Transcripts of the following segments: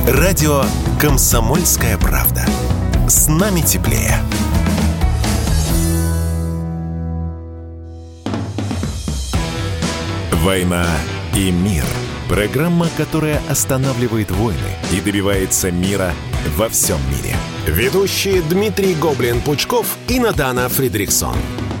Радио «Комсомольская правда». С нами теплее. «Война и мир». Программа, которая останавливает войны и добивается мира во всем мире. Ведущие Дмитрий Гоблин-Пучков и Надана Фридрихсон.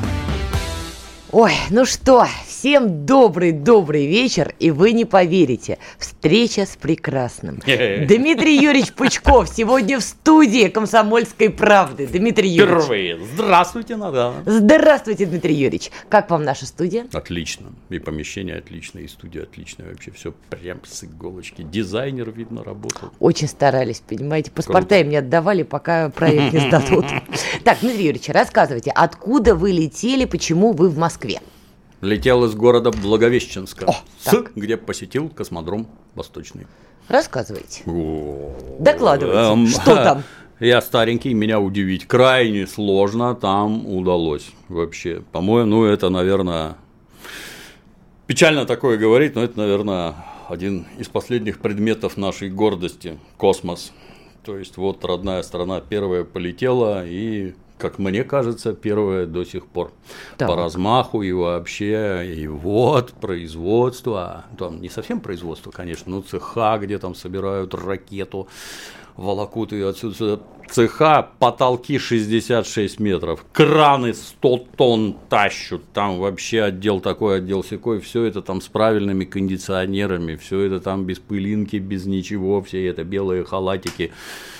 Ой, ну что, всем добрый вечер, и вы не поверите, встреча с прекрасным. Дмитрий Юрьевич Пучков сегодня в студии «Комсомольской правды». Дмитрий Юрьевич. Впервые. Здравствуйте, Надана. Здравствуйте, Дмитрий Юрьевич. Как вам наша студия? Отлично. И помещение отличное, и студия отличная. Вообще все прям с иголочки. Дизайнер, видно, работал. Очень старались, понимаете. Паспорта им не отдавали, пока проект не сдадут. Так, Дмитрий Юрьевич, рассказывайте, откуда вы летели, почему вы в Москве? Летел из города Благовещенска, где посетил космодром Восточный. Рассказывайте. Докладывайте, что там? Я старенький, меня удивить крайне сложно там удалось вообще. По-моему, это, наверное, печально такое говорить, но это, наверное, один из последних предметов нашей гордости – космос. То есть, вот родная страна первая полетела и, как мне кажется, первая до сих пор. По размаху и вообще, и вот производство, там не совсем производство, конечно, но цеха, где там собирают ракету, волокут ее отсюда. Цеха, потолки 66 метров, краны 100 тонн тащут, там вообще отдел такой, отдел сякой, все это там с правильными кондиционерами, все это там без пылинки, без ничего, все это белые халатики.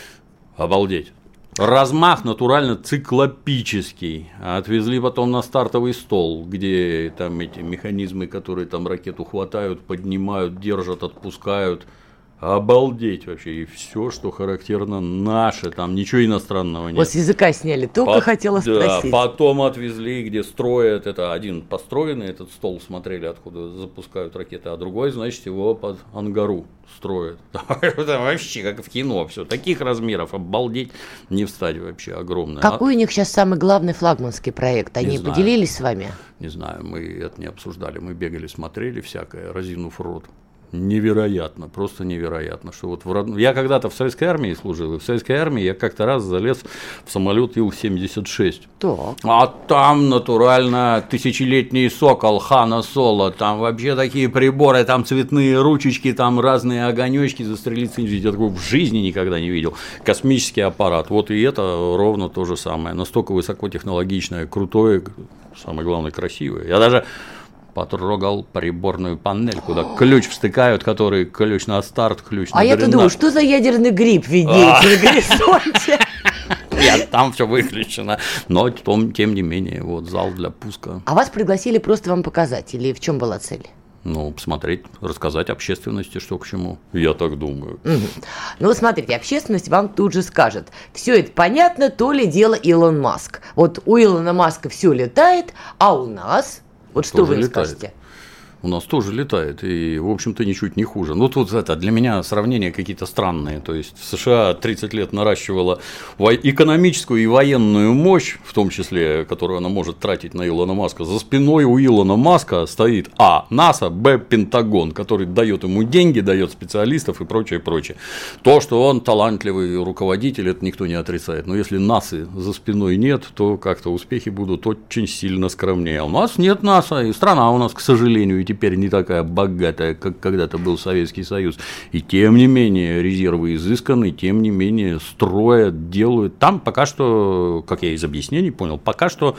Обалдеть. Размах натурально циклопический. Отвезли потом на стартовый стол, где там эти механизмы, которые там ракету хватают, поднимают, держат, отпускают. Обалдеть вообще. И все, что характерно наше, там ничего иностранного нет. Вот с языка сняли, только хотела спросить. Да, потом отвезли, где строят, это один построенный, этот стол смотрели, откуда запускают ракеты, а другой, значит, его под ангару строят. Это вообще как в кино все, таких размеров, обалдеть, не встать вообще, огромное. Какой у них сейчас самый главный флагманский проект? Они поделились с вами? Не знаю, мы это не обсуждали, мы бегали, смотрели всякое, разинув рот. Невероятно, просто невероятно, что вот я когда-то в Советской армии служил, и в Советской армии я как-то раз залез в самолет Ил-76. А там натурально тысячелетний сокол Хана Соло, там вообще такие приборы, там цветные ручечки, там разные огонечки, застрелиться я такого в жизни никогда не видел. Космический аппарат, вот и это ровно то же самое, настолько высокотехнологичное, крутое, самое главное красивое. Я даже потрогал приборную панель, куда ключ встыкают, который ключ на старт, ключ на дренаж. Я-то думаю, что за ядерный гриб видеете на горизонте? Нет, там все выключено. Но тем не менее, вот зал для пуска. А вас пригласили просто вам показать, или в чем была цель? Ну, посмотреть, рассказать общественности, что к чему, я так думаю. Ну, смотрите, общественность вам тут же скажет, все это понятно, то ли дело Илон Маск. Вот у Илона Маска все летает, а у нас... Вот что вы скажете? У нас тоже летает, и, в общем-то, ничуть не хуже. Ну, тут это для меня сравнения какие-то странные. То есть, США 30 лет наращивала экономическую и военную мощь, в том числе, которую она может тратить на Илона Маска. За спиной у Илона Маска стоит А. НАСА, Б. Пентагон, который дает ему деньги, дает специалистов и прочее, прочее. То, что он талантливый руководитель, это никто не отрицает. Но если НАСА за спиной нет, то как-то успехи будут очень сильно скромнее. А у нас нет НАСА, и страна у нас, к сожалению, теперь не такая богатая, как когда-то был Советский Союз. И тем не менее резервы изысканы, тем не менее строят, делают. Там пока что, как я из объяснений понял, пока что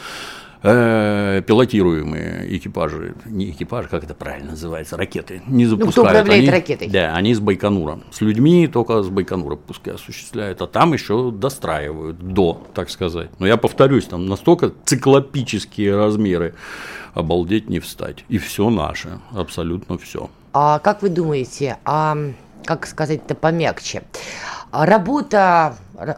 пилотируемые экипажи, не экипажи, как это правильно называется, ракеты, не запускают. Кто управляет ракетой? Да, они с Байконура. С людьми только с Байконура пускай осуществляют, а там еще достраивают так сказать. Но я повторюсь, там настолько циклопические размеры, обалдеть не встать. И все наше, абсолютно все. А как вы думаете, как сказать-то помягче? Работа,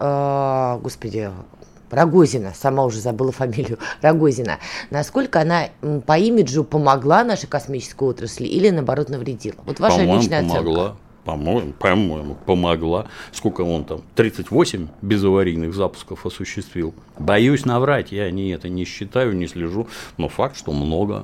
Рогозина, сама уже забыла фамилию, Рогозина, насколько она по имиджу помогла нашей космической отрасли или, наоборот, навредила? Вот ваша личная оценка. По-моему, помогла. Сколько он там? 38 безаварийных запусков осуществил. Боюсь наврать, я это не считаю, не слежу, но факт, что много.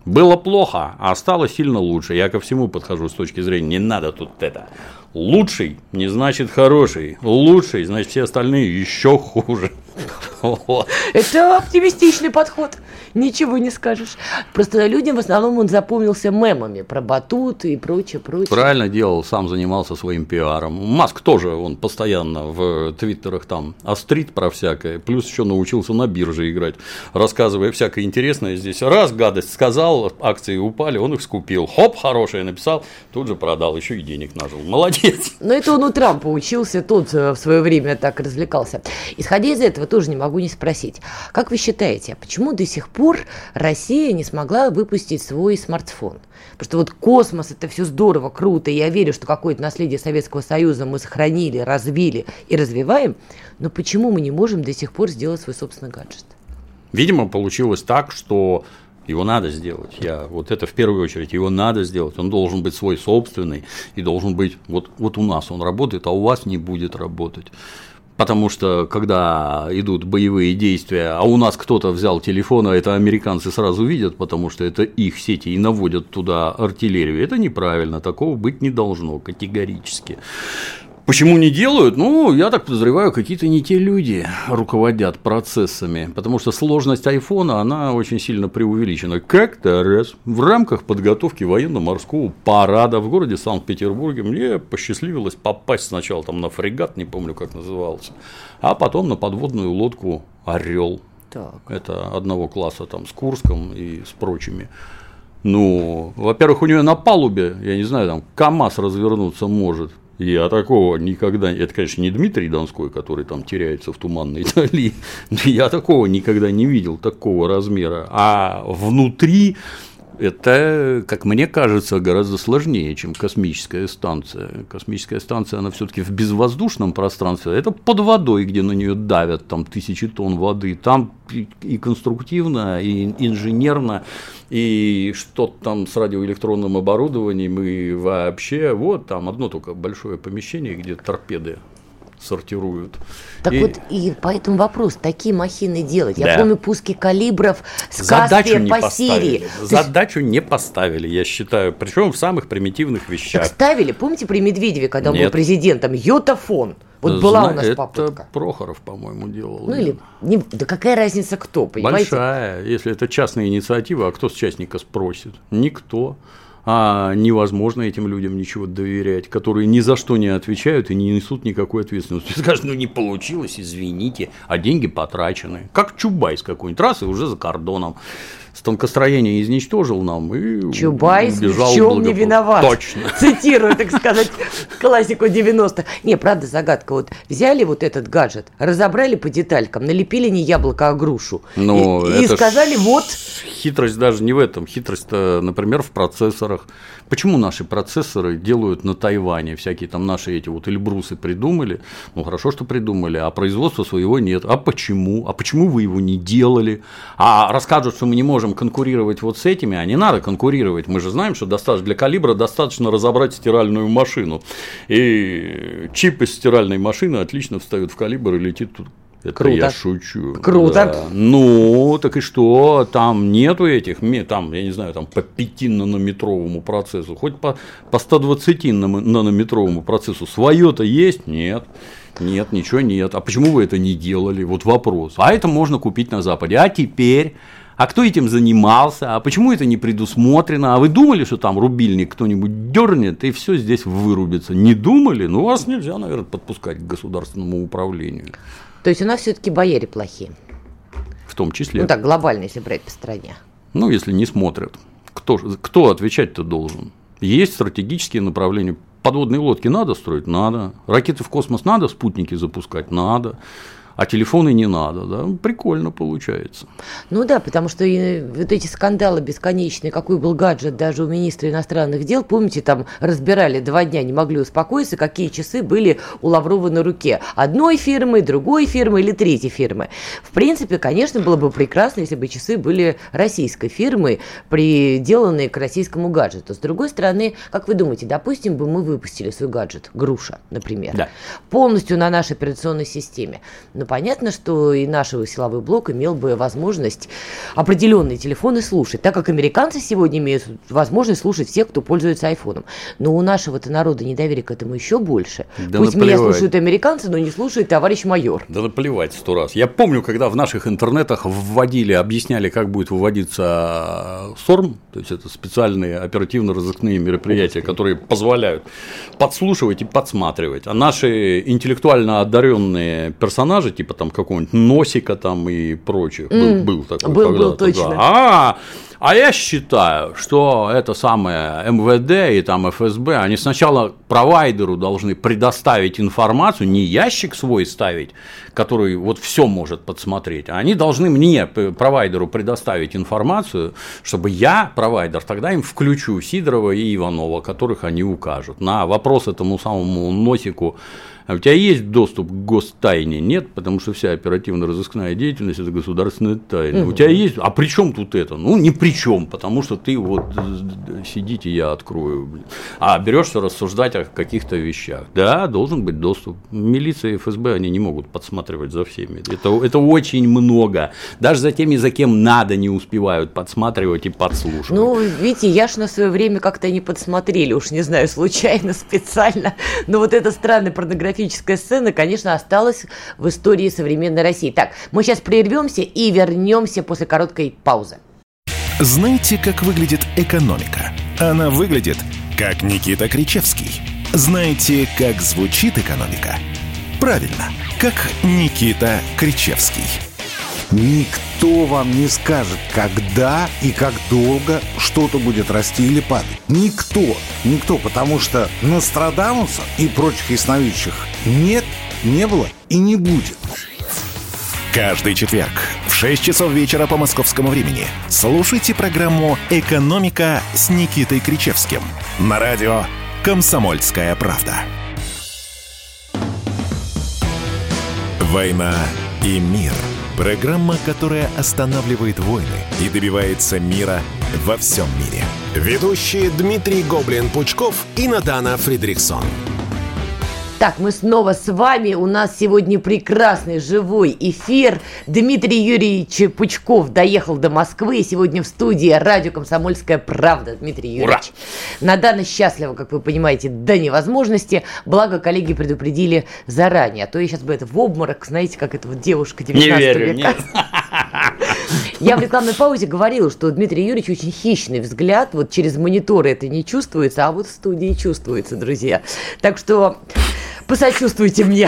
Было плохо, а стало сильно лучше. Я ко всему подхожу с точки зрения, не надо тут это. Лучший не значит хороший. Лучший значит все остальные еще хуже. Вот. Это оптимистичный подход. Ничего не скажешь. Просто людям в основном он запомнился мемами про батут и прочее. Правильно делал, сам занимался своим пиаром. Маск тоже, он постоянно в твиттерах там острит про всякое. Плюс еще научился на бирже играть, рассказывая всякое интересное здесь. Раз гадость сказал, акции упали, он их скупил. Хоп, хорошее написал, тут же продал, еще и денег нажил. Молодец. Но это он у Трампа учился, тот в свое время так развлекался. Исходя из этого, тоже не могу не спросить. Как вы считаете, почему до сих пор Россия не смогла выпустить свой смартфон? Потому что вот космос, это все здорово, круто, и я верю, что какое-то наследие Советского Союза мы сохранили, развили и развиваем, но почему мы не можем до сих пор сделать свой собственный гаджет? Видимо, получилось так, что его надо сделать. Вот это в первую очередь, его надо сделать. Он должен быть свой собственный и должен быть, вот у нас он работает, а у вас не будет работать. Потому что, когда идут боевые действия, а у нас кто-то взял телефон, а это американцы сразу видят, потому что это их сети, и наводят туда артиллерию, это неправильно, такого быть не должно категорически. Почему не делают? Ну, я так подозреваю, какие-то не те люди руководят процессами, потому что сложность айфона, она очень сильно преувеличена. Как-то раз в рамках подготовки военно-морского парада в городе Санкт-Петербурге мне посчастливилось попасть сначала там на фрегат, не помню, как назывался, а потом на подводную лодку «Орел». Так. Это одного класса там с Курском и с прочими. Ну, во-первых, у нее на палубе, я не знаю, там КАМАЗ развернуться может. Я такого никогда, это, конечно, не Дмитрий Донской, который там теряется в туманной дали, я такого никогда не видел, такого размера, а внутри это, как мне кажется, гораздо сложнее, чем космическая станция. Космическая станция, она все-таки в безвоздушном пространстве, это под водой, где на нее давят там тысячи тонн воды, там и конструктивно, и инженерно, и что-то там с радиоэлектронным оборудованием, и вообще, вот там одно только большое помещение, где торпеды сортируют. Так вот, и по этому вопросу такие махины делать. Я помню пуски калибров с Каспия по Сирии. Задачу не поставили, я считаю, причем в самых примитивных вещах. Так ставили, помните, при Медведеве, когда он был президентом, йотафон. Вот была у нас попытка. Это Прохоров, по-моему, делал. Ну или, да какая разница кто, понимаете? Большая, если это частная инициатива, а кто с частника спросит? Никто. А невозможно этим людям ничего доверять, которые ни за что не отвечают и не несут никакой ответственности. Скажут, ну не получилось, извините, а деньги потрачены. Как Чубайс какой-нибудь, раз и уже за кордоном. Станкостроение изничтожил нам и Чубайс убежал в чем не виноват. Точно. Цитирую, так сказать, классику 90-х. Не, правда, загадка. Вот взяли вот этот гаджет, разобрали по деталькам, налепили не яблоко, а грушу. И сказали, вот. Хитрость даже не в этом. Хитрость-то, например, в процессорах. Почему наши процессоры делают на Тайване? Всякие там наши эти вот Эльбрусы придумали. Ну, хорошо, что придумали, а производства своего нет. А почему? А почему вы его не делали? А расскажут, что мы не можем конкурировать вот с этими, а не надо конкурировать. Мы же знаем, что для калибра достаточно разобрать стиральную машину. И чип из стиральной машины отлично встает в калибр и летит тут. Это круто. Я шучу. Круто. Да. Ну, так и что? Там нету этих, там, я не знаю, там по 5-нанометровому процессу, хоть по 120-нанометровому процессу. Свое-то есть? Нет. Нет, ничего нет. А почему вы это не делали? Вот вопрос. А это можно купить на Западе. А теперь? А кто этим занимался? А почему это не предусмотрено? А вы думали, что там рубильник кто-нибудь дернет и все здесь вырубится? Не думали? Ну, вас нельзя, наверное, подпускать к государственному управлению. То есть у нас все-таки бояре плохие. В том числе. Ну так, глобально, если брать по стране. Ну, если не смотрят. Кто отвечать-то должен? Есть стратегические направления. Подводные лодки надо строить? Надо. Ракеты в космос надо, спутники запускать? Надо. А телефоны не надо, да? Прикольно получается. Ну да, потому что вот эти скандалы бесконечные, какой был гаджет даже у министра иностранных дел, помните, там разбирали 2 дня, не могли успокоиться, какие часы были у Лаврова на руке. Одной фирмы, другой фирмы или третьей фирмы. В принципе, конечно, было бы прекрасно, если бы часы были российской фирмы, приделанные к российскому гаджету. С другой стороны, как вы думаете, допустим, бы мы выпустили свой гаджет, груша, например, полностью на нашей операционной системе. Но понятно, что и наш силовой блок имел бы возможность определенные телефоны слушать, так как американцы сегодня имеют возможность слушать всех, кто пользуется айфоном. Но у нашего-то народа недоверие к этому еще больше. Да пусть наплевать. меня слушают американцы, но не слушает товарищ майор. Да наплевать 100 раз. Я помню, когда в наших интернетах объясняли, как будет выводиться СОРМ, то есть это специальные оперативно-розыскные мероприятия, которые позволяют подслушивать и подсматривать. А наши интеллектуально одаренные персонажи, типа там какого-нибудь Носика там и прочих, был такой был точно. Да. А я считаю, что это самое МВД и там ФСБ, они сначала провайдеру должны предоставить информацию, не ящик свой ставить, который вот все может подсмотреть, а они должны мне, провайдеру, предоставить информацию, чтобы я, провайдер, тогда им включу Сидорова и Иванова, которых они укажут. На вопрос этому самому Носику: а у тебя есть доступ к гостайне? Нет, потому что вся оперативно-розыскная деятельность – это государственная тайна. У тебя есть? А при чем тут это? Ну, ни при чем, потому что ты вот сидите, я открою. А берешься рассуждать о каких-то вещах. Да, должен быть доступ. Милиция и ФСБ, они не могут подсматривать за всеми. Это очень много. Даже за теми, за кем надо, не успевают подсматривать и подслушивать. Ну, видите, я ж на свое время как-то не подсмотрели, уж не знаю, случайно, специально. Но вот эта странная порнографическая сцена, конечно, осталась в истории современной России. Так, мы сейчас прервемся и вернемся после короткой паузы. Знаете, как выглядит экономика? Она выглядит, как Никита Кричевский. Знаете, как звучит экономика? Правильно, как Никита Кричевский. Никто вам не скажет, когда и как долго что-то будет расти или падать. Никто, потому что Нострадамуса и прочих ясновидящих нет, не было и не будет. Каждый четверг в 6 часов вечера по московскому времени слушайте программу «Экономика» с Никитой Кричевским на радио «Комсомольская правда». «Война и мир». Программа, которая останавливает войны и добивается мира во всем мире. Ведущие Дмитрий Гоблин-Пучков и Надана Фридрихсон. Так, мы снова с вами. У нас сегодня прекрасный живой эфир. Дмитрий Юрьевич Пучков доехал до Москвы. И сегодня в студии радио «Комсомольская правда». Дмитрий Юрьевич. Надана счастлива, как вы понимаете, до невозможности. Благо, коллеги предупредили заранее. А то я сейчас бы это в обморок, знаете, как эта вот девушка 19 века. Нет. Я в рекламной паузе говорила, что у Дмитрия Юрьевича очень хищный взгляд. Вот через мониторы это не чувствуется, а вот в студии чувствуется, друзья. Так что посочувствуйте мне.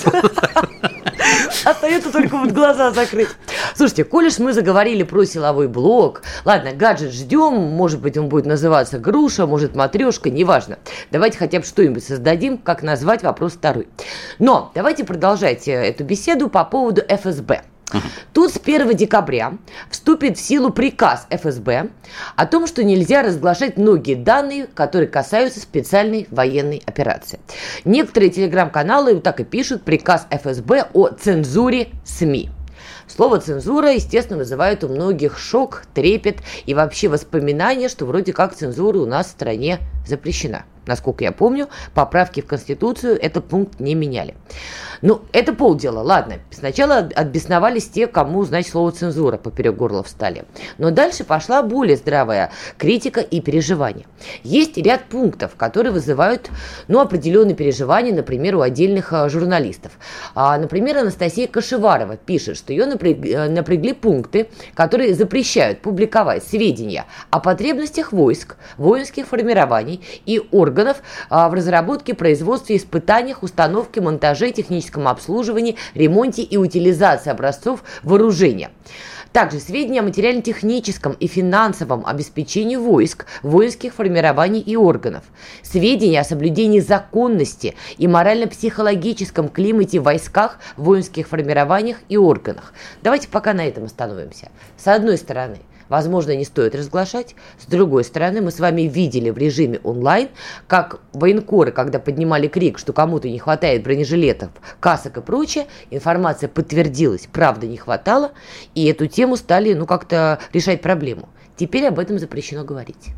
Остается только вот глаза закрыть. Слушайте, коль уж мы заговорили про силовой блок, ладно, гаджет ждем, может быть, он будет называться груша, может, матрешка, неважно. Давайте хотя бы что-нибудь создадим, как назвать, вопрос второй. Но давайте продолжать эту беседу по поводу ФСБ. Тут с 1 декабря вступит в силу приказ ФСБ о том, что нельзя разглашать многие данные, которые касаются специальной военной операции. Некоторые телеграм-каналы так и пишут: приказ ФСБ о цензуре СМИ. Слово «цензура», естественно, вызывает у многих шок, трепет и вообще воспоминания, что вроде как цензура у нас в стране запрещена. Насколько я помню, поправки в Конституцию этот пункт не меняли. Ну, это полдела, ладно. Сначала отбесновались те, кому, значит, слово «цензура» поперек горла встали. Но дальше пошла более здравая критика и переживания. Есть ряд пунктов, которые вызывают, определенные переживания, например, у отдельных журналистов. Например, Анастасия Кашеварова пишет, что ее напрягли пункты, которые запрещают публиковать сведения о потребностях войск, воинских формирований и органов в разработке, производстве, испытаниях, установке, монтаже, техническом обслуживании, ремонте и утилизации образцов вооружения. Также сведения о материально-техническом и финансовом обеспечении войск, воинских формирований и органов. Сведения о соблюдении законности и морально-психологическом климате в войсках, воинских формированиях и органах. Давайте пока на этом остановимся. С одной стороны, возможно, не стоит разглашать. С другой стороны, мы с вами видели в режиме онлайн, как военкоры, когда поднимали крик, что кому-то не хватает бронежилетов, касок и прочее, информация подтвердилась, правда не хватало, и эту тему стали, как-то решать проблему. Теперь об этом запрещено говорить.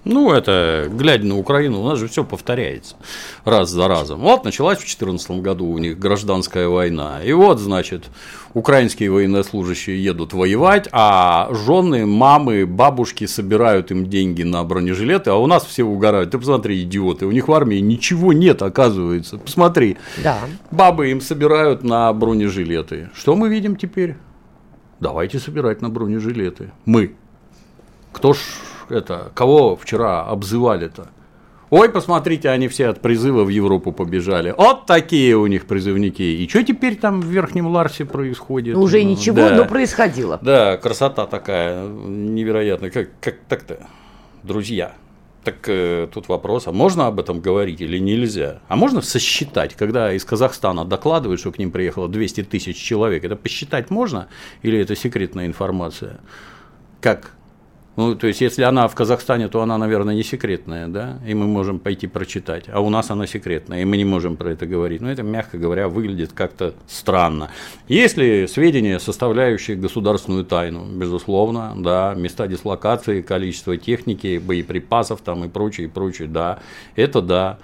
Ну, это, глядя на Украину, у нас же все повторяется раз за разом. Вот началась в 2014 году у них гражданская война. И вот, значит, украинские военнослужащие едут воевать, а жены, мамы, бабушки собирают им деньги на бронежилеты, а у нас все угорают. Ты посмотри, идиоты, у них в армии ничего нет, оказывается. Посмотри, да. Бабы им собирают на бронежилеты. Что мы видим теперь? Давайте собирать на бронежилеты. Мы. Кто ж это, кого вчера обзывали-то? Ой, посмотрите, они все от призыва в Европу побежали. Вот такие у них призывники. И что теперь там в Верхнем Ларсе происходит? Уже ничего, да. Но происходило. Да, красота такая невероятная. Как так-то, друзья? Так тут вопрос, а можно об этом говорить или нельзя? А можно сосчитать, когда из Казахстана докладывают, что к ним приехало 200 тысяч человек, это посчитать можно или это секретная информация? Как? Ну, то есть, если она в Казахстане, то она, наверное, не секретная, да, и мы можем пойти прочитать, а у нас она секретная, и мы не можем про это говорить. Но это, мягко говоря, выглядит как-то странно. Есть ли сведения, составляющие государственную тайну? Безусловно, да, места дислокации, количество техники, боеприпасов там и прочее, да, это да.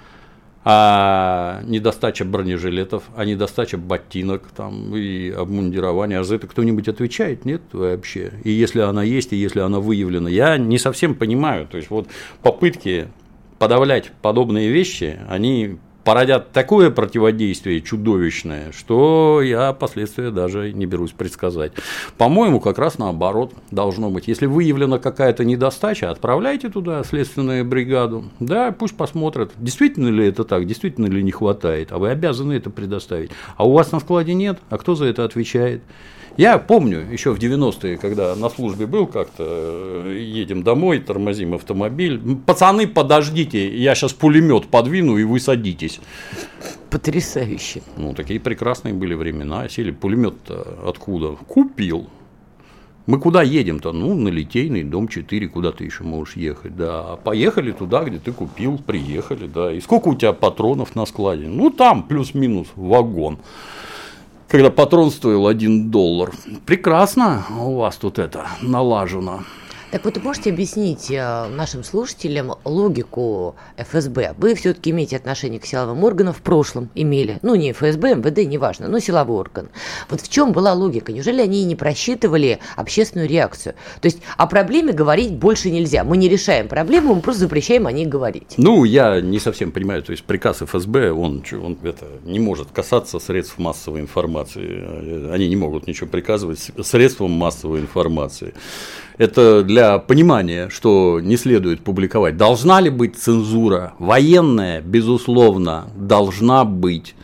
А недостача бронежилетов, а недостача ботинок там, и обмундирования, а за это кто-нибудь отвечает? Нет вообще. И если она есть, и если она выявлена, я не совсем понимаю. То есть, вот попытки подавлять подобные вещи, они породят такое противодействие чудовищное, что я последствия даже не берусь предсказать. По-моему, как раз наоборот должно быть. Если выявлена какая-то недостача, отправляйте туда следственную бригаду, да, пусть посмотрят, действительно ли это так, действительно ли не хватает, а вы обязаны это предоставить. А у вас на складе нет, а кто за это отвечает? Я помню, еще в 90-е, когда на службе был как-то, едем домой, тормозим автомобиль. Пацаны, подождите, я сейчас пулемет подвину, и вы садитесь. Потрясающе. Ну, такие прекрасные были времена. Сели, пулемет-то откуда? Купил. Мы куда едем-то? Ну, на Литейный, дом 4, куда ты еще можешь ехать? Да, поехали туда, где ты купил, приехали, да. И сколько у тебя патронов на складе? Ну, там плюс-минус вагон. Когда патрон стоил $1. Прекрасно у вас тут это налажено. Так вот, вы можете объяснить нашим слушателям логику ФСБ? Вы все-таки имеете отношение к силовым органам, в прошлом имели. Ну, не ФСБ, МВД, неважно, но силовой орган. Вот в чем была логика? Неужели они не просчитывали общественную реакцию? То есть о проблеме говорить больше нельзя. Мы не решаем проблему, мы просто запрещаем о ней говорить. Ну, я не совсем понимаю. То есть приказ ФСБ, он это не может касаться средств массовой информации. Они не могут ничего приказывать средствам массовой информации. Это для понимания, что не следует публиковать. Должна ли быть цензура? Военная, безусловно, должна быть.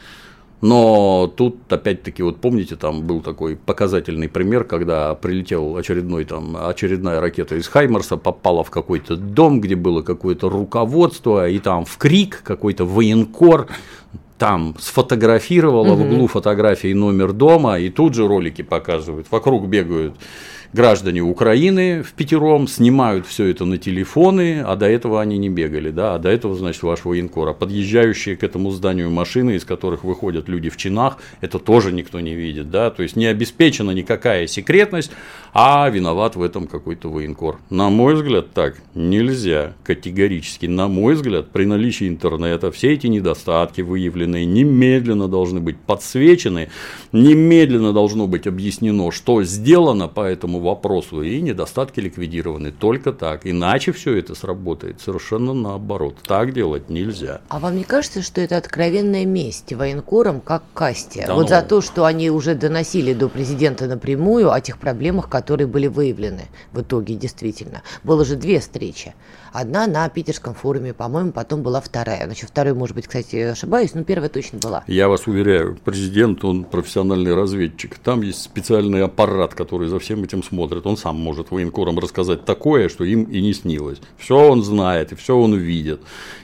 Но тут, опять-таки, вот помните, там был такой показательный пример, когда прилетел очередная ракета из Хаймарса, попала в какой-то дом, где было какое-то руководство, и там в крик какой-то военкор там сфотографировала в углу фотографии номер дома, и тут же ролики показывают. Вокруг бегают граждане Украины впятером, снимают все это на телефоны, а до этого они не бегали, да, а до этого, значит, ваш военкор. А подъезжающие к этому зданию машины, из которых выходят люди в чинах, это тоже никто не видит, да, то есть не обеспечена никакая секретность, а виноват в этом какой-то военкор. На мой взгляд, так нельзя категорически. На мой взгляд, при наличии интернета все эти недостатки выявленные немедленно должны быть подсвечены, немедленно должно быть объяснено, что сделано по этому вопросу, и недостатки ликвидированы. Только так. Иначе все это сработает совершенно наоборот. Так делать нельзя. А вам не кажется, что это откровенная месть военкорам как касте? Да, вот за то, что они уже доносили до президента напрямую о тех проблемах, которые были выявлены в итоге действительно. Было же 2 встречи. Одна на Питерском форуме, по-моему, потом была вторая. Значит, второй, может быть, кстати, ошибаюсь, но первая точно была. Я вас уверяю, президент, он профессиональный разведчик. Там есть специальный аппарат, который за всем этим смотрит. Он сам может военкорам рассказать такое, что им и не снилось. Все он знает, и все он видит.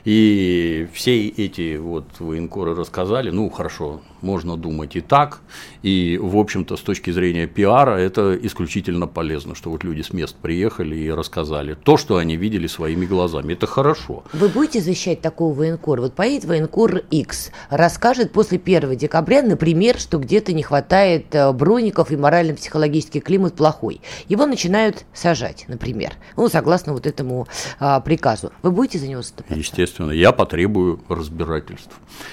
И все эти вот военкоры рассказали, ну, хорошо, можно думать и так. И, в общем-то, с точки зрения пиара, это исключительно полезно, что вот люди с мест приехали и рассказали то, что они видели своими глазами. Это хорошо. Вы будете защищать такого военкора? Вот поедет военкор X, расскажет после 1 декабря, например, что где-то не хватает броников и морально-психологический климат плохой. домой. Его начинают сажать, например, согласно вот этому приказу. Вы будете за него заступаться? Естественно, я потребую разбирательств.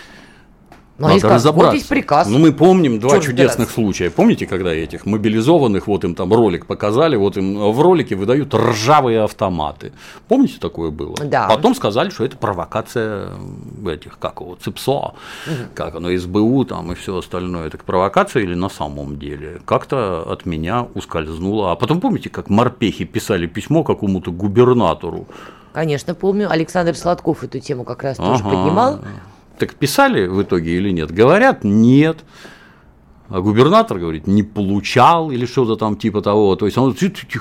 Надо разобраться. Вот есть приказ. Мы помним два чудесных случая. Помните, когда этих мобилизованных, вот им там ролик показали, вот им в ролике выдают ржавые автоматы. Помните, такое было? Да. Потом сказали, что это провокация этих, ЦИПСО, как оно, СБУ там и все остальное. Так провокация или на самом деле? Как-то от меня ускользнуло. А потом помните, как морпехи писали письмо какому-то губернатору? Конечно, помню. Александр Сладков эту тему как раз тоже поднимал. Так писали в итоге или нет? Говорят, нет. А губернатор говорит, не получал или что-то там типа того. То есть он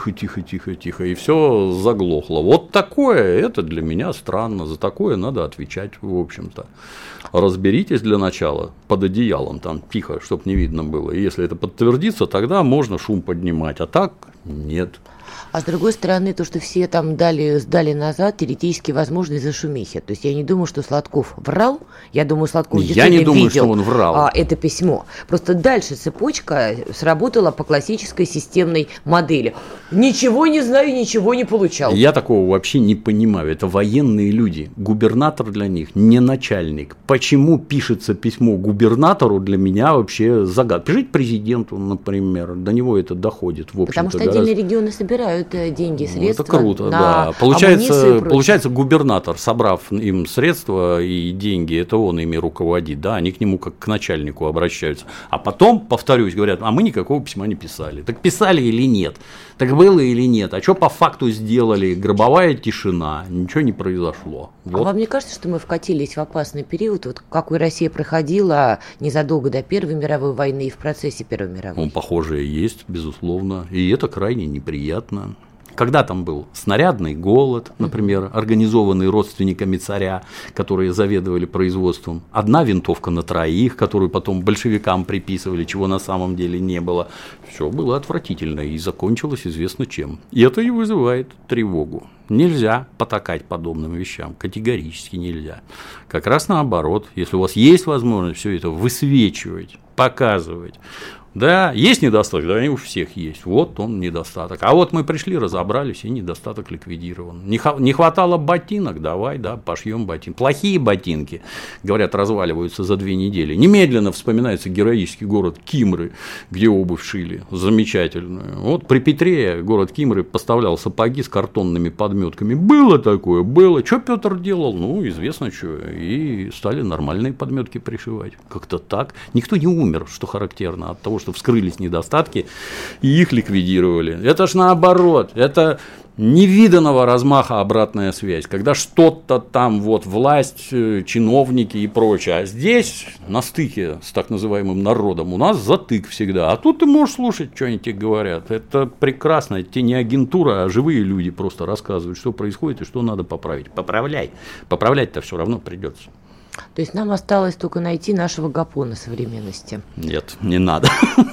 тихо, и все заглохло. Вот такое, это для меня странно. За такое надо отвечать, в общем-то. Разберитесь для начала под одеялом, там тихо, чтобы не видно было. И если это подтвердится, тогда можно шум поднимать, а так нет. А с другой стороны, то, что все там сдали назад, теоретически возможно из-за шумихи. То есть я не думаю, что Сладков врал. Я думаю, Сладков действительно видел. Я не думаю, что он врал. Это письмо. Просто дальше цепочка сработала по классической системной модели. Ничего не знаю, ничего не получал. Я такого вообще не понимаю. Это военные люди. Губернатор для них не начальник. Почему пишется письмо губернатору, для меня вообще загадка. Пишите президенту, например. До него это доходит, в общем-то. Потому что отдельные регионы собирают деньги, средства. Это круто, на да. Получается, губернатор, собрав им средства и деньги, это он ими руководит, да, они к нему как к начальнику обращаются. А потом, повторюсь, говорят, а мы никакого письма не писали. Так писали или нет? Так было или нет? А что по факту сделали? Гробовая тишина, ничего не произошло. Вот. А вам не кажется, что мы вкатились в опасный период, вот какой Россия проходила незадолго до Первой мировой войны и в процессе Первой мировой? Похожее есть, безусловно, и это крайне неприятно. Когда там был снарядный голод, например, организованный родственниками царя, которые заведовали производством, одна винтовка на троих, которую потом большевикам приписывали, чего на самом деле не было, все было отвратительно и закончилось известно чем. И это и вызывает тревогу. Нельзя потакать подобным вещам, категорически нельзя. Как раз наоборот, если у вас есть возможность все это высвечивать, показывать. Да, есть недостаток, да, они у всех есть. Вот он недостаток. А вот мы пришли, разобрались, и недостаток ликвидирован. Не хватало ботинок, давай, да, пошьем ботинки. Плохие ботинки, говорят, разваливаются за 2 недели. Немедленно вспоминается героический город Кимры, где обувь шили, замечательную. Вот при Петре город Кимры поставлял сапоги с картонными подметками. Было такое, было. Что Петр делал? Известно, что. И стали нормальные подметки пришивать. Как-то так. Никто не умер, что характерно, от того, что вскрылись недостатки и их ликвидировали. Это ж наоборот, это невиданного размаха обратная связь, когда что-то там власть, чиновники и прочее, а здесь на стыке с так называемым народом у нас затык всегда, а тут ты можешь слушать, что они тебе говорят, это прекрасно, это тебе не агентура, а живые люди просто рассказывают, что происходит и что надо поправить. Поправлять-то все равно придется. То есть нам осталось только найти нашего Гапона современности. Нет, не надо.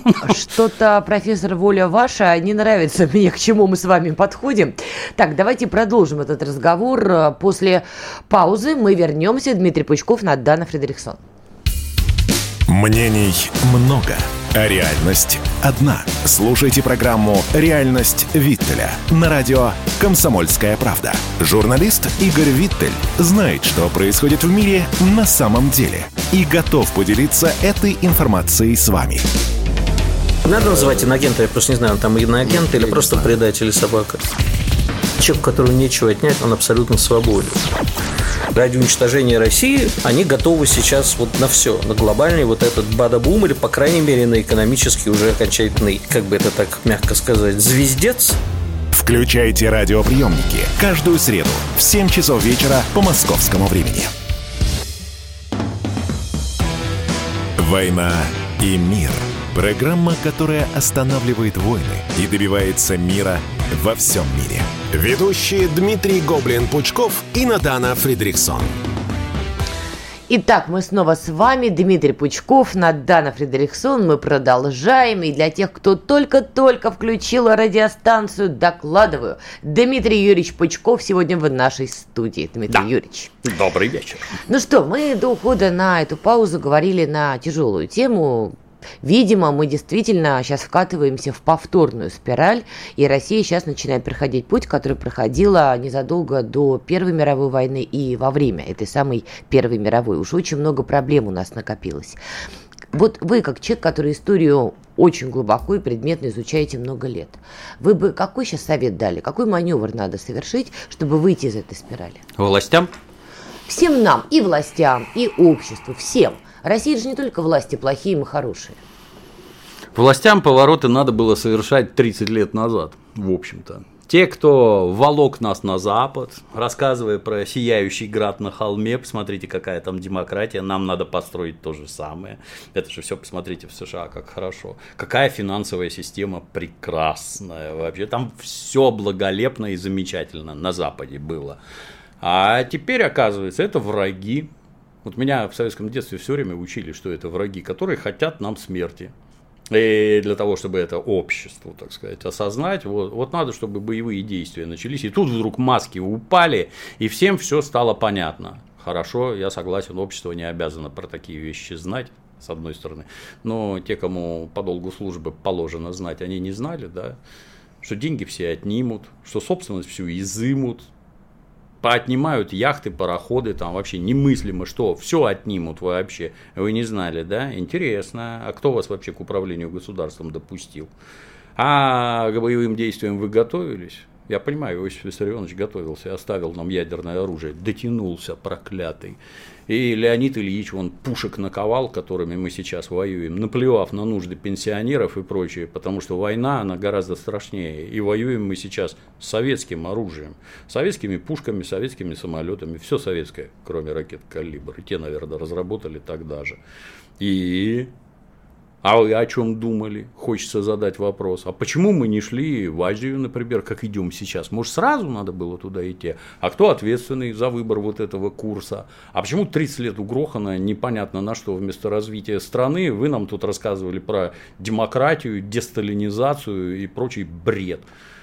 Что-то, профессор, воля ваша, не нравится мне, к чему мы с вами подходим. Так, давайте продолжим этот разговор. После паузы мы вернемся. Дмитрий Пучков, Надана Фридрихсон. Мнений много, а реальность одна. Слушайте программу «Реальность Виттеля» на радио «Комсомольская правда». Журналист Игорь Виттель знает, что происходит в мире на самом деле, и готов поделиться этой информацией с вами. Надо называть иноагента, я просто не знаю, он там иноагент или просто предатель собака. Человек, которого нечего отнять, он абсолютно свободен. Ради уничтожения России они готовы сейчас на все, на глобальный этот бада-бум, или, по крайней мере, на экономический уже окончательный, как бы это так мягко сказать, звездец. Включайте радиоприемники каждую среду в 7 часов вечера по московскому времени. «Война и мир». Программа, которая останавливает войны и добивается мира во всем мире. Ведущие Дмитрий Гоблин-Пучков и Надана Фридрихсон. Итак, мы снова с вами, Дмитрий Пучков, Надана Фридрихсон. Мы продолжаем. И для тех, кто только-только включил радиостанцию, докладываю. Дмитрий Юрьевич Пучков сегодня в нашей студии. Дмитрий Юрьевич. Добрый вечер. Ну что, мы до ухода на эту паузу говорили на тяжелую тему. видимо, мы действительно сейчас вкатываемся в повторную спираль, и Россия сейчас начинает проходить путь, который проходила незадолго до Первой мировой войны и во время этой самой Первой мировой. Уж очень много проблем у нас накопилось. Вот вы, как человек, который историю очень глубоко и предметно изучаете много лет, вы бы какой сейчас совет дали, какой маневр надо совершить, чтобы выйти из этой спирали? Властям? Всем нам, и властям, и обществу, всем. Россия же не только власти плохие, мы хорошие. Властям повороты надо было совершать 30 лет назад, в общем-то. Те, кто волок нас на Запад, рассказывая про сияющий град на холме, посмотрите, какая там демократия, нам надо построить то же самое. Это же все, посмотрите, в США, как хорошо. Какая финансовая система прекрасная вообще. Там все благолепно и замечательно на Западе было. А теперь, оказывается, это враги. Вот меня в советском детстве все время учили, что это враги, которые хотят нам смерти. И для того, чтобы это общество, так сказать, осознать, вот надо, чтобы боевые действия начались. И тут вдруг маски упали, и всем все стало понятно. Хорошо, я согласен, общество не обязано про такие вещи знать, с одной стороны. Но те, кому по долгу службы положено знать, они не знали, да, что деньги все отнимут, что собственность всю изымут. Поотнимают яхты, пароходы, там вообще немыслимо, что все отнимут вообще. Вы не знали, да? Интересно. А кто вас вообще к управлению государством допустил? А к боевым действиям вы готовились? Я понимаю, Иосиф Виссарионович готовился, оставил нам ядерное оружие, дотянулся, проклятый. И Леонид Ильич, он пушек наковал, которыми мы сейчас воюем, наплевав на нужды пенсионеров и прочее, потому что война, она гораздо страшнее. И воюем мы сейчас с советским оружием, советскими пушками, советскими самолетами, все советское, кроме ракет «Калибр». И те, наверное, разработали тогда же. А вы о чем думали? Хочется задать вопрос. А почему мы не шли в Азию, например, как идем сейчас? Может, сразу надо было туда идти? А кто ответственный за выбор вот этого курса? А почему 30 лет угрохано, непонятно на что, вместо развития страны? Вы нам тут рассказывали про демократию, десталинизацию и прочий бред.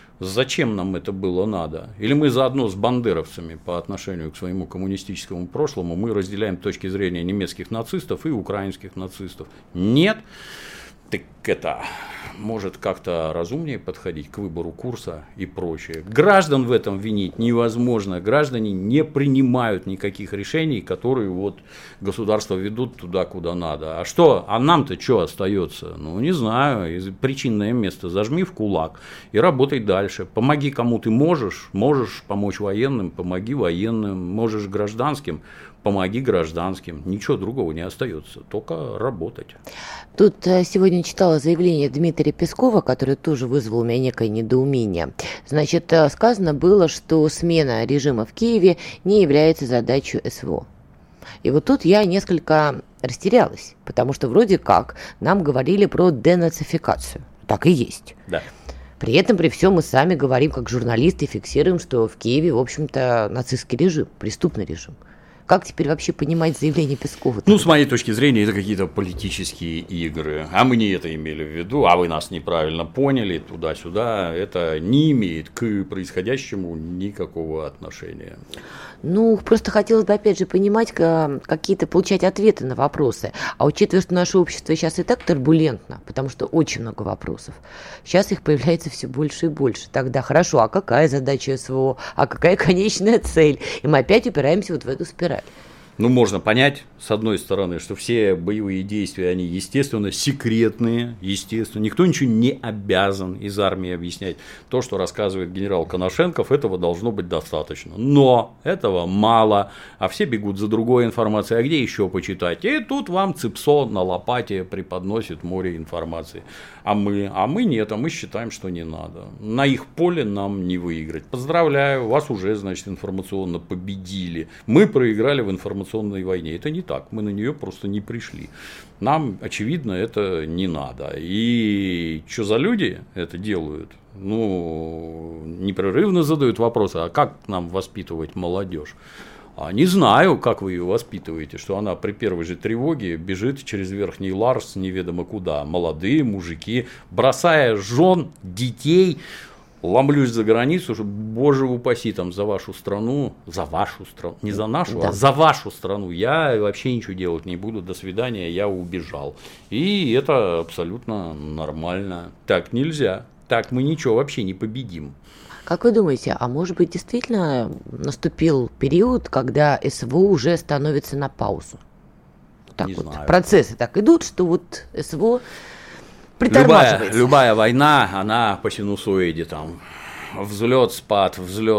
Зачем нам это было надо? Или мы заодно с бандеровцами по отношению к своему коммунистическому прошлому мы разделяем точки зрения немецких нацистов и украинских нацистов? Нет. Так это может как-то разумнее подходить к выбору курса и прочее. Граждан в этом винить невозможно. Граждане не принимают никаких решений, которые вот государство ведут туда, куда надо. А что? А нам-то что остается? Ну, не знаю. Причинное место зажми в кулак и работай дальше. Помоги кому ты можешь. Можешь помочь военным, помоги военным. Можешь гражданским, помоги гражданским. Ничего другого не остается, только работать. Тут сегодня читала заявление Дмитрия Пескова, которое тоже вызвало у меня некое недоумение. Значит, сказано было, что смена режима в Киеве не является задачей СВО. И вот тут я несколько растерялась, потому что вроде как нам говорили про денацификацию. Так и есть. Да. При этом, при всем, мы сами говорим, как журналисты, фиксируем, что в Киеве, в общем-то, нацистский режим, преступный режим. Как теперь вообще понимать заявление Пескова? Ну, с моей точки зрения, это какие-то политические игры. А мы не это имели в виду, а вы нас неправильно поняли, туда-сюда. Это не имеет к происходящему никакого отношения. Ну, просто хотелось бы, опять же, понимать, какие-то получать ответы на вопросы. А учитывая, что наше общество сейчас и так турбулентно, потому что очень много вопросов, сейчас их появляется все больше и больше. Тогда хорошо, а какая задача СВО? А какая конечная цель? И мы опять упираемся вот в эту спираль. Ну, можно понять, с одной стороны, что все боевые действия, они, естественно, секретные, естественно. Никто ничего не обязан из армии объяснять. То, что рассказывает генерал Коношенков, этого должно быть достаточно. Но этого мало, а все бегут за другой информацией. А где еще почитать? И тут вам ЦИПСО на лопате преподносит море информации. А мы нет, а мы считаем, что не надо. На их поле нам не выиграть. Поздравляю, вас уже, значит, информационно победили. Мы проиграли в информационной войне. Это не так, мы на нее просто не пришли. Нам, очевидно, это не надо. И что за люди это делают? Ну, непрерывно задают вопросы, а как нам воспитывать молодежь? Не знаю, как вы ее воспитываете, что она при первой же тревоге бежит через Верхний Ларс неведомо куда. Молодые мужики, бросая жен, детей, ломлюсь за границу, что, боже упаси, там, за вашу страну, не за нашу, а за вашу страну, я вообще ничего делать не буду, до свидания, я убежал. И это абсолютно нормально. Так нельзя, так мы ничего вообще не победим. Как вы думаете, а может быть действительно наступил период, когда СВО уже становится на паузу? Так не вот, знаю. Процессы так идут, что вот СВО притормаживается. Любая война, она по синусоиде там. Взлет, спад.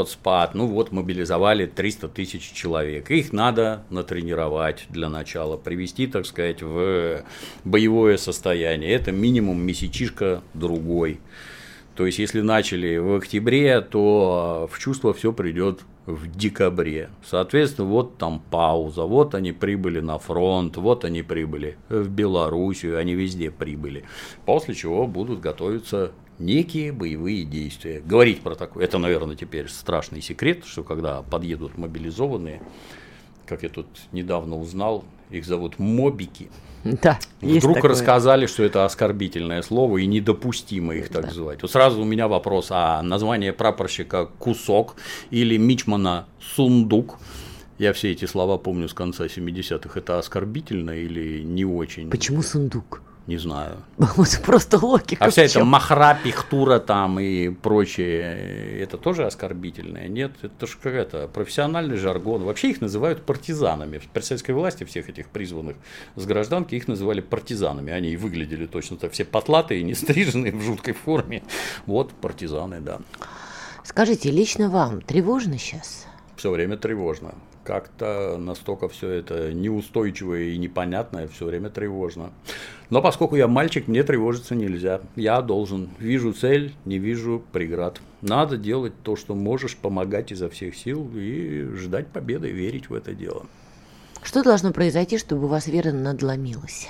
Ну вот мобилизовали 300 тысяч человек. Их надо натренировать для начала, привести, так сказать, в боевое состояние. Это минимум месячишка другой. То есть, если начали в октябре, то в чувство все придет в декабре. Соответственно, вот там пауза, вот они прибыли на фронт, вот они прибыли в Белоруссию, они везде прибыли. После чего будут готовиться некие боевые действия. Говорить про такое, это, наверное, теперь страшный секрет, что когда подъедут мобилизованные, как я тут недавно узнал, их зовут мобики. Да, вдруг рассказали, что это оскорбительное слово и недопустимо их так называть. Вот сразу у меня вопрос, а название прапорщика «Кусок» или мичмана «Сундук», я все эти слова помню с конца 70-х, это оскорбительно или не очень? Почему «Сундук»? Не знаю. Просто логика. А вся эта махра, пихтура там и прочее, это тоже оскорбительное? Нет, это же какая-то профессиональный жаргон. Вообще их называют партизанами. При советской власти всех этих призванных с гражданки их называли партизанами. Они выглядели точно так, все потлатые, не стриженные, в жуткой форме. Вот партизаны, да. Скажите, лично вам тревожно сейчас? Все время тревожно. Как-то настолько все это неустойчивое и непонятное, все время тревожно. Но поскольку я мальчик, мне тревожиться нельзя. Я должен. Вижу цель, не вижу преград. Надо делать то, что можешь, помогать изо всех сил и ждать победы, верить в это дело. Что должно произойти, чтобы у вас вера надломилась?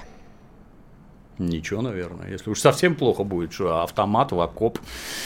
Ничего, наверное. Если уж совсем плохо будет, что автомат в окоп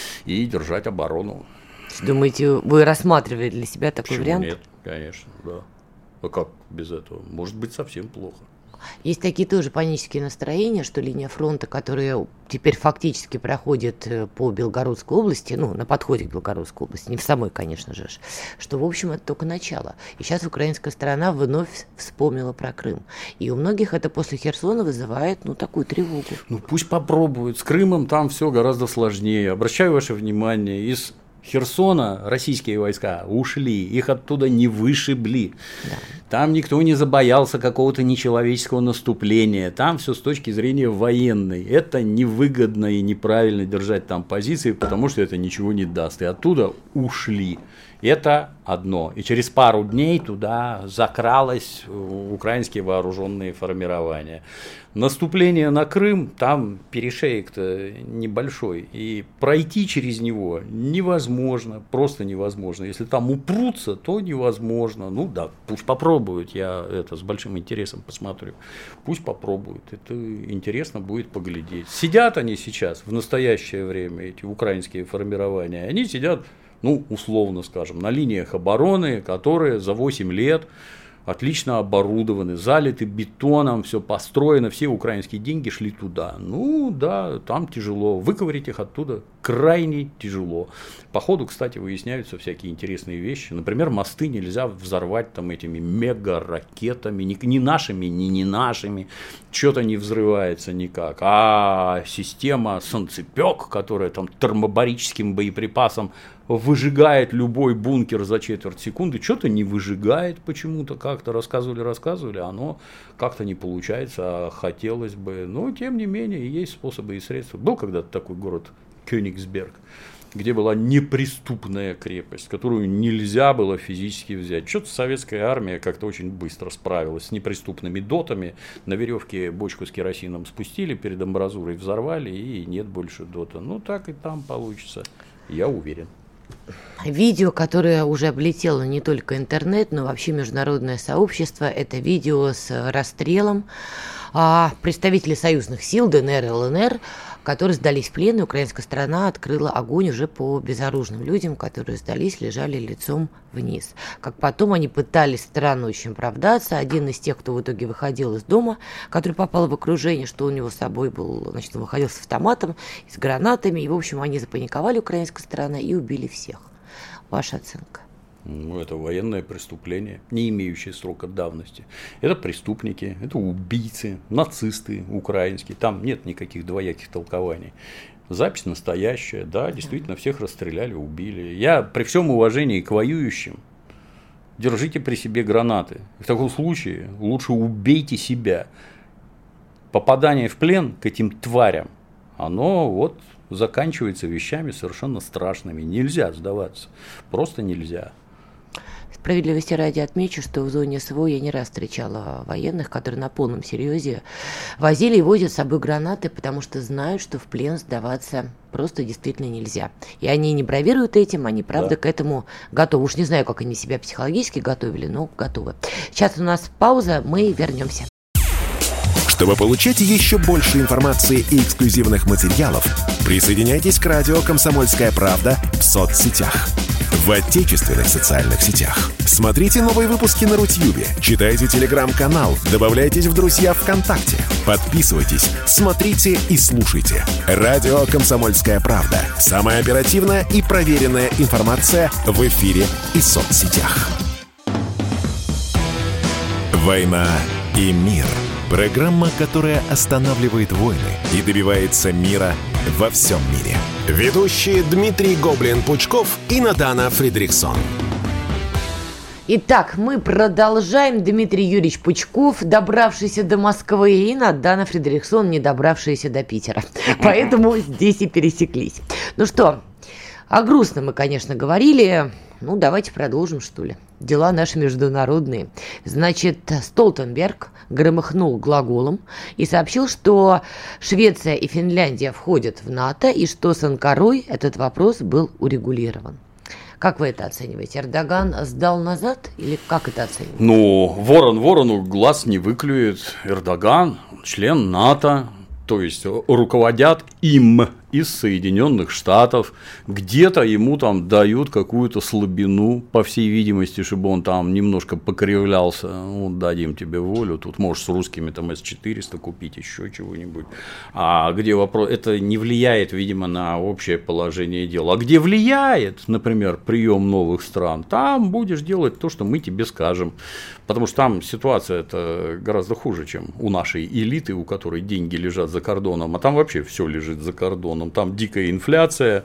и держать оборону. Думаете, вы рассматривали для себя такой Почему вариант? Нет, конечно, да. А как без этого? Может быть совсем плохо. Есть такие тоже панические настроения, что линия фронта, которая теперь фактически проходит по Белгородской области, ну, на подходе к Белгородской области, не в самой, конечно же, что, в общем, это только начало. И сейчас украинская сторона вновь вспомнила про Крым. И у многих это после Херсона вызывает, ну, такую тревогу. Ну, пусть попробуют. С Крымом там все гораздо сложнее. Обращаю ваше внимание, из Херсона российские войска ушли, их оттуда не вышибли. Да. Там никто не забоялся какого-то нечеловеческого наступления. Там все с точки зрения военной. Это невыгодно и неправильно держать там позиции, потому что это ничего не даст. И оттуда ушли. Это одно. И через пару дней туда закралось украинские вооруженные формирования. Наступление на Крым, там перешеек-то небольшой. И пройти через него невозможно, просто невозможно. Если там упрутся, то невозможно. Ну да, пусть попробуют, я это с большим интересом посмотрю. Пусть попробуют, это интересно будет поглядеть. Сидят они сейчас, в настоящее время, эти украинские формирования, они сидят, ну, условно скажем, на линиях обороны, которые за 8 лет отлично оборудованы, залиты бетоном, все построено, все украинские деньги шли туда. Ну да, там тяжело, выковырять их оттуда крайне тяжело. По ходу, кстати, выясняются всякие интересные вещи. Например, мосты нельзя взорвать там этими мега-ракетами, ни нашими, ни не нашими, что-то не взрывается никак. А система «Санцепёк», которая там термобарическим боеприпасом выжигает любой бункер за четверть секунды, что-то не выжигает почему-то, как-то рассказывали, оно как-то не получается, а хотелось бы. Но, тем не менее, есть способы и средства. Был когда-то такой город Кёнигсберг, где была неприступная крепость, которую нельзя было физически взять. Что-то советская армия как-то очень быстро справилась с неприступными дотами. На веревке бочку с керосином спустили, перед амбразурой взорвали, и нет больше дота. Ну, так и там получится, я уверен. Видео, которое уже облетело не только интернет, но вообще международное сообщество, это видео с расстрелом представители союзных сил ДНР и ЛНР, которые сдались в плен, и украинская сторона открыла огонь уже по безоружным людям, которые сдались, лежали лицом вниз. Как потом они пытались странно очень оправдаться. Один из тех, кто в итоге выходил из дома, который попал в окружение, что у него с собой был, значит, он выходил с автоматом, с гранатами, и, в общем, они запаниковали, украинская сторона, и убили всех. Ваша оценка? Ну, это военное преступление, не имеющее срока давности. Это преступники, это убийцы, нацисты украинские. Там нет никаких двояких толкований. Запись настоящая, да, действительно, всех расстреляли, убили. Я при всем уважении к воюющим, держите при себе гранаты. В таком случае лучше убейте себя. Попадание в плен к этим тварям, оно вот заканчивается вещами совершенно страшными. Нельзя сдаваться, просто нельзя. Справедливости ради отмечу, что в зоне СВО я не раз встречала военных, которые на полном серьезе возили и возят с собой гранаты, потому что знают, что в плен сдаваться просто действительно нельзя. И они не бравируют этим, они правда к этому готовы. Уж не знаю, как они себя психологически готовили, но готовы. Сейчас у нас пауза, мы вернемся. Чтобы получать еще больше информации и эксклюзивных материалов, присоединяйтесь к радио «Комсомольская правда» в соцсетях. В отечественных социальных сетях. Смотрите новые выпуски на Рутьюбе, читайте телеграм-канал, добавляйтесь в друзья ВКонтакте, подписывайтесь, смотрите и слушайте. Радио «Комсомольская правда». Самая оперативная и проверенная информация в эфире и соцсетях. «Война и мир». Программа, которая останавливает войны и добивается мира во всем мире. Ведущие Дмитрий Гоблин-Пучков и Надана Фридрихсон. Итак, мы продолжаем. Дмитрий Юрьевич Пучков, добравшийся до Москвы, и Надана Фридрихсон, не добравшаяся до Питера. Поэтому здесь и пересеклись. Ну что, о грустном мы, конечно, говорили. Ну, давайте продолжим, что ли. Дела наши международные. Значит, Столтенберг громыхнул глаголом и сообщил, что Швеция и Финляндия входят в НАТО, и что с Анкарой этот вопрос был урегулирован. Как вы это оцениваете? Эрдоган сдал назад или как это оцениваете? Ну, ворон ворону глаз не выклюет. Эрдоган – член НАТО, то есть руководят им из Соединенных Штатов, где-то ему там дают какую-то слабину, по всей видимости, чтобы он там немножко покривлялся, ну, дадим тебе волю, тут можешь с русскими там С-400 купить, еще чего-нибудь, а где вопрос, это не влияет, видимо, на общее положение дел, а где влияет, например, прием новых стран, там будешь делать то, что мы тебе скажем, потому что там ситуация это гораздо хуже, чем у нашей элиты, у которой деньги лежат за кордоном, а там вообще все лежит за кордоном. Там дикая инфляция,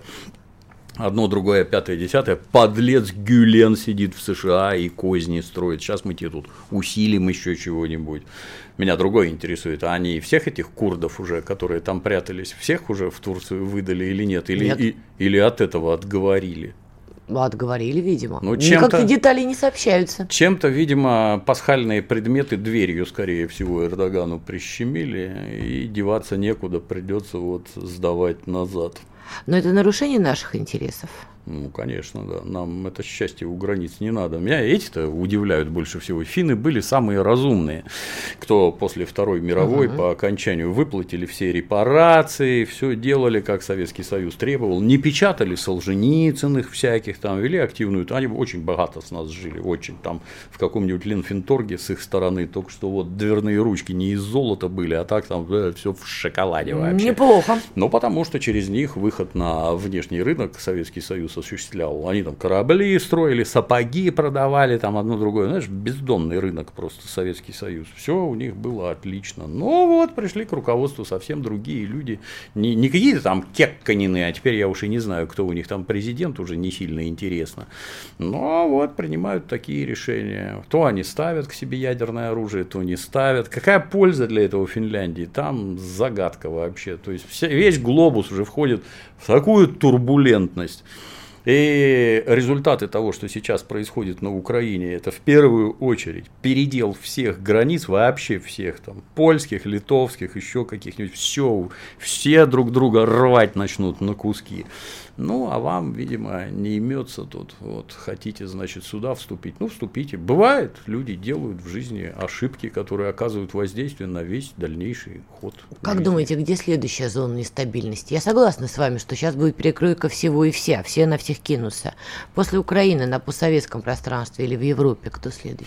одно, другое, пятое, десятое. Подлец Гюлен сидит в США и козни строит. Сейчас мы тебе тут усилим еще чего-нибудь. Меня другое интересует, а они всех этих курдов уже, которые там прятались, всех уже в Турцию выдали или нет? Или от этого отговорили? Отговорили, видимо. Ну, никаких деталей не сообщаются. Чем-то, видимо, пасхальные предметы дверью, скорее всего, Эрдогану прищемили, и деваться некуда, придется вот сдавать назад. Но это нарушение наших интересов. Ну, конечно, да. Нам это счастье у границ не надо. Меня эти-то удивляют больше всего. Финны были самые разумные, кто после Второй мировой по окончанию выплатили все репарации, все делали, как Советский Союз требовал, не печатали Солженицыных всяких, там вели активную, они очень богато с нас жили, очень там в каком-нибудь Ленфенторге с их стороны, только что вот дверные ручки не из золота были, а так там все в шоколаде вообще. Неплохо. Ну, потому что через них выход на внешний рынок Советский Союз осуществлял. Они там корабли строили, сапоги продавали, там одно другое. Знаешь, бездонный рынок просто Советский Союз. Все у них было отлично. Но вот пришли к руководству совсем другие люди. Не какие-то там Кекканины, а теперь я уж и не знаю, кто у них там президент, уже не сильно интересно. Но вот принимают такие решения. То они ставят к себе ядерное оружие, то не ставят. Какая польза для этого Финляндии? Там загадка вообще. То есть весь глобус уже входит в такую турбулентность. И результаты того, что сейчас происходит на Украине, это в первую очередь передел всех границ, вообще всех там, польских, литовских, еще каких-нибудь, все друг друга рвать начнут на куски. Ну, а вам, видимо, не имется тут, вот, хотите, значит, сюда вступить, ну, вступите. Бывает, люди делают в жизни ошибки, которые оказывают воздействие на весь дальнейший ход. Как жизни. думаете, где следующая зона нестабильности? Я согласна с вами, что сейчас будет перекройка всего и вся, все на всех кинутся. После Украины на постсоветском пространстве или в Европе кто следующий?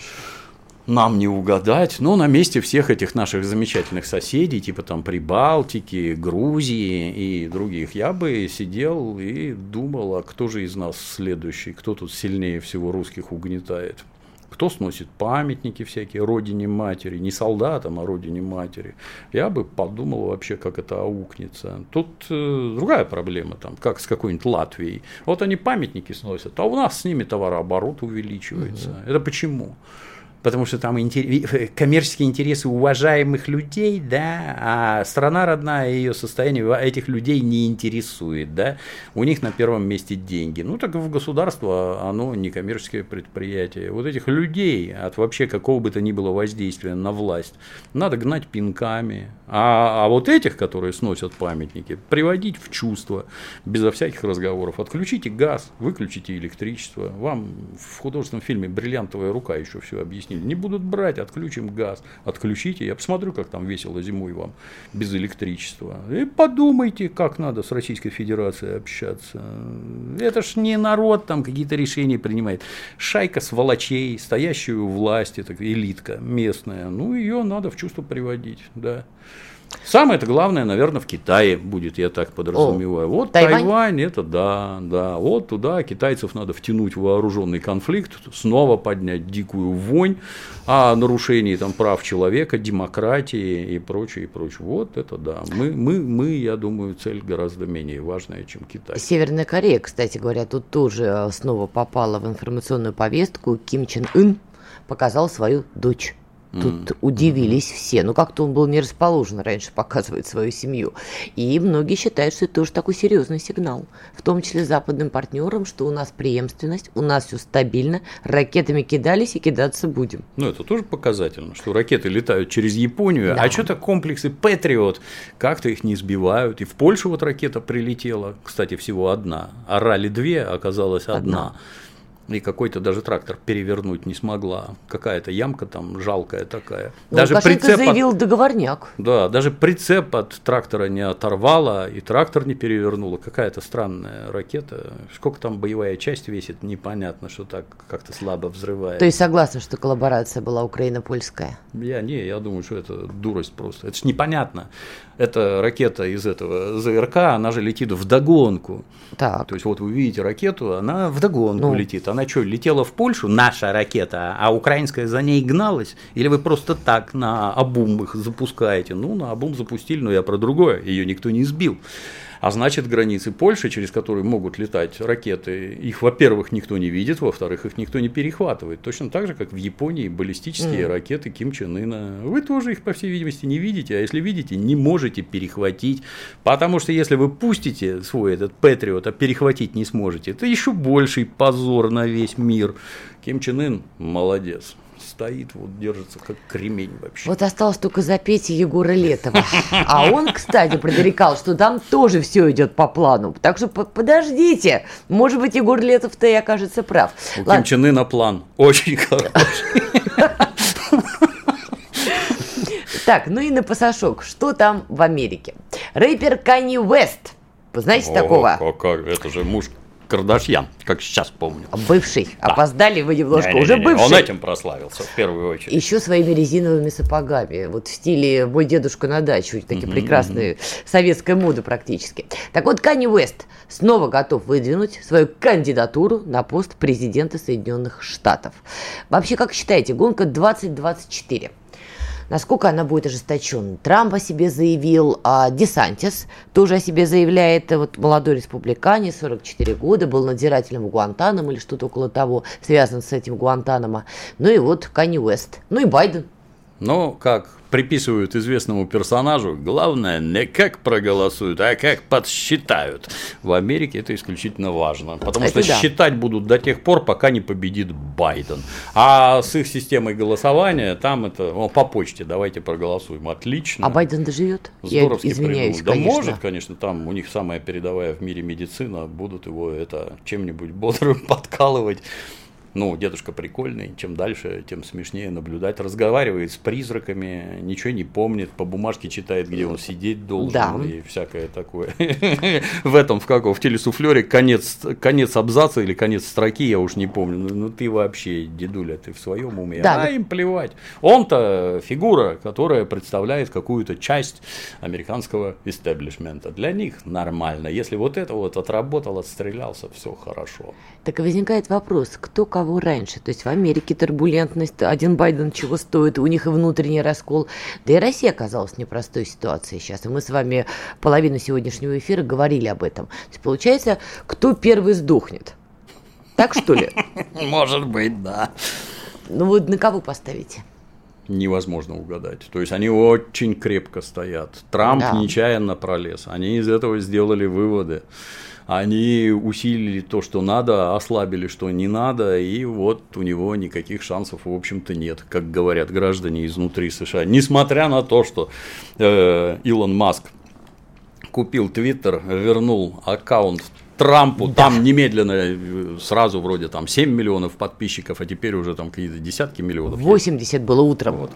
Нам не угадать, но на месте всех этих наших замечательных соседей, типа там Прибалтики, Грузии и других, я бы сидел и думал, а кто же из нас следующий, кто тут сильнее всего русских угнетает. Кто сносит памятники всякие родине матери, не солдатам, а родине матери. Я бы подумал вообще, как это аукнется. Тут другая проблема, там, как с какой-нибудь Латвией. Вот они памятники сносят, а у нас с ними товарооборот увеличивается. Это почему? Потому что там коммерческие интересы уважаемых людей, да, а страна родная и ее состояние этих людей не интересует, да, у них на первом месте деньги. Ну, так в государство оно не коммерческое предприятие. Вот этих людей от вообще какого бы то ни было воздействия на власть надо гнать пинками, а вот этих, которые сносят памятники, приводить в чувство, безо всяких разговоров. Отключите газ, выключите электричество. Вам в художественном фильме «Бриллиантовая рука» еще все объяснили. Не будут брать, отключим газ, отключите. Я посмотрю, как там весело зимой вам без электричества. И подумайте, как надо с Российской Федерацией общаться. Это ж не народ там какие-то решения принимает. Шайка сволочей, стоящая у власти, так, элитка местная. Ну, ее надо в чувство приводить, да. Самое-то главное, наверное, в Китае будет, я так подразумеваю. Вот Тайвань, это да. Вот туда китайцев надо втянуть в вооруженный конфликт, снова поднять дикую вонь о нарушении там прав человека, демократии и прочее, и прочее. Вот это да. Мы, я думаю, цель гораздо менее важная, чем Китай. Северная Корея, кстати говоря, тут тоже снова попала в информационную повестку. Ким Чен Ын показал свою дочь. Тут удивились все. Ну, как-то он был не расположен раньше показывать свою семью. И многие считают, что это тоже такой серьезный сигнал. В том числе западным партнерам, что у нас преемственность, у нас все стабильно, ракетами кидались и кидаться будем. Ну, это тоже показательно, что ракеты летают через Японию, да. А что-то комплексы Патриот как-то их не сбивают. И в Польшу вот ракета прилетела, кстати, всего одна, а Ралли-2 оказалась одна. И какой-то даже трактор перевернуть не смогла. Какая-то ямка там жалкая такая. Ну, даже прицеп заявил договорняк. Да, даже прицеп от трактора не оторвало, и трактор не перевернуло. Какая-то странная ракета. Сколько там боевая часть весит, непонятно, что так как-то слабо взрывает. То есть согласна, что коллаборация была украино-польская? Я думаю, что это дурость просто. Это ж непонятно. Эта ракета из этого ЗРК, она же летит вдогонку. Так. То есть вот вы видите ракету, она вдогонку летит. Она что, летела в Польшу, наша ракета, а украинская за ней гналась? Или вы просто так на обум их запускаете? Ну, на обум запустили, но я про другое, ее никто не сбил. А значит, границы Польши, через которые могут летать ракеты, их, во-первых, никто не видит, во-вторых, их никто не перехватывает. Точно так же, как в Японии баллистические ракеты Ким Чен Ына. Вы тоже их, по всей видимости, не видите, а если видите, не можете перехватить. Потому что если вы пустите свой этот Патриот, а перехватить не сможете, это еще больший позор на весь мир. Ким Чен Ын молодец. Стоит, вот держится как кремень вообще. Вот осталось только запеть Егора Летова. А он, кстати, предрекал, что там тоже все идет по плану. Так что подождите, может быть, Егор Летов-то и окажется прав. У Ким Чен Ына план очень хороший. Так, ну и на пасашок. Что там в Америке? Рэпер Канье Уэст. Вы знаете такого? Как? Это же муж Кардашьян, как сейчас помню. Бывший. Да. Опоздали вы немножко. Уже бывший. Он этим прославился в первую очередь. Еще своими резиновыми сапогами. Вот в стиле «Мой дедушка на дачу». Такие прекрасные советская мода практически. Так вот, Канье Уэст снова готов выдвинуть свою кандидатуру на пост президента Соединенных Штатов. Вообще, как считаете, гонка 2024? Насколько она будет ожесточенной? Трамп о себе заявил, а Десантис тоже о себе заявляет. Вот молодой республиканец, 44 года, был надзирателем в Гуантанамо или что-то около того, связан с этим Гуантанамо. Ну и вот Канье Уэст. Ну и Байден. Но, как приписывают известному персонажу, главное не как проголосуют, а как подсчитают. В Америке это исключительно важно, потому что считать будут до тех пор, пока не победит Байден. А с их системой голосования там это по почте, давайте проголосуем. Отлично. А Байден доживет? Здоровски Я извиняюсь, придумал. конечно. Да может, конечно, там у них самая передовая в мире медицина, будут его чем-нибудь бодрым подкалывать. Ну, дедушка прикольный, чем дальше, тем смешнее наблюдать. Разговаривает с призраками, ничего не помнит, по бумажке читает, где он сидеть должен, и всякое такое. В телесуфлёре конец абзаца или конец строки, я уж не помню. Ну, ты вообще, дедуля, ты в своем уме. А им плевать. Он-то фигура, которая представляет какую-то часть американского истеблишмента. Для них нормально. Если вот это вот отработал, отстрелялся, все хорошо. Так и возникает вопрос, кто кого раньше. То есть в Америке турбулентность, один Байден чего стоит, у них и внутренний раскол. Да и Россия оказалась в непростой ситуации сейчас. И мы с вами половину сегодняшнего эфира говорили об этом. То есть получается, кто первый сдохнет? Так что ли? Может быть, да. Ну вот на кого поставите? Невозможно угадать. То есть они очень крепко стоят. Трамп нечаянно пролез. Они из этого сделали выводы. Они усилили то, что надо, ослабили, что не надо, и вот у него никаких шансов, в общем-то, нет, как говорят граждане изнутри США. Несмотря на то, что Илон Маск купил Твиттер, вернул аккаунт Трампу, там немедленно сразу вроде там 7 миллионов подписчиков, а теперь уже там какие-то десятки миллионов. 80 было утром. Вот.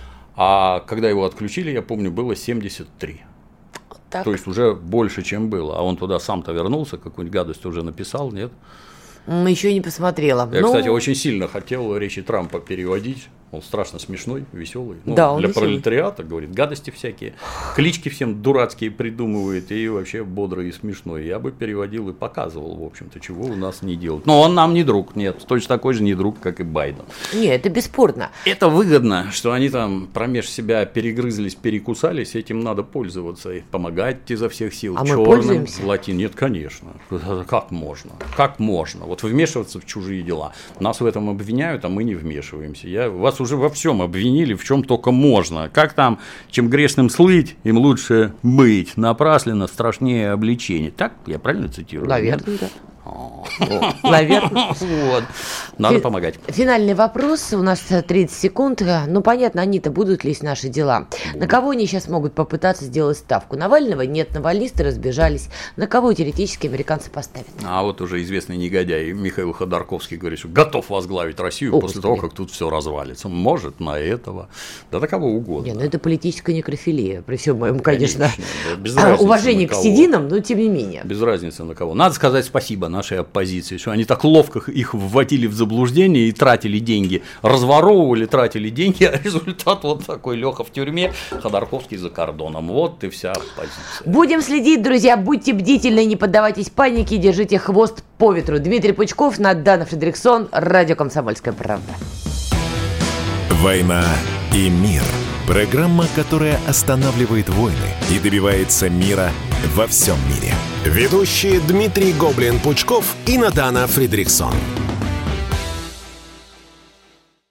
А когда его отключили, я помню, было 73. Так. То есть уже больше, чем было. А он туда сам-то вернулся, какую-нибудь гадость уже написал, нет? Еще не посмотрела. Я, кстати, очень сильно хотел речи Трампа переводить. Он страшно смешной, веселый. Ну, да, он для веселый. Пролетариата, говорит, гадости всякие. Клички всем дурацкие придумывает. И вообще бодрый и смешной. Я бы переводил и показывал, в общем-то, чего у нас не делать. Но он нам не друг, нет. Точно такой же не друг, как и Байден. Нет, это бесспорно. Это выгодно, что они там промеж себя перегрызлись, перекусались. Этим надо пользоваться и помогать изо всех сил. А черным, мы пользуемся? латин. Нет, конечно. Как можно? Как можно? Вот вмешиваться в чужие дела. Нас в этом обвиняют, а мы не вмешиваемся. Вас уже во всем обвинили, в чем только можно. Как там, чем грешным слыть, им лучше быть. Напрасленно страшнее обличение. Так, я правильно цитирую? Наверное, да. Наверное. Вот. Надо помогать. Финальный вопрос. У нас 30 секунд. Ну, понятно, они-то будут лезть в наши дела. На кого они сейчас могут попытаться сделать ставку? Навального? Нет, навальнисты разбежались. На кого теоретически американцы поставят? А вот уже известный негодяй Михаил Ходорковский говорит, что готов возглавить Россию после того, как тут все развалится. Может, на этого. Да на кого угодно. Не, ну это политическая некрофилия. При всем моем, конечно, да, уважении к сединам, но тем не менее. Без разницы на кого. Надо сказать спасибо нашей оппозиции, что они так ловко их вводили в заблуждение и тратили деньги, разворовывали, тратили деньги, а результат вот такой: Леха в тюрьме, Ходорковский за кордоном. Вот и вся оппозиция. Будем следить, друзья, будьте бдительны, не поддавайтесь панике, держите хвост по ветру. Дмитрий Пучков, Надана Фридрихсон, радио «Комсомольская правда». «Война и мир». Программа, которая останавливает войны и добивается мира во всем мире. Ведущие Дмитрий Гоблин-Пучков и Надана Фридрихсон.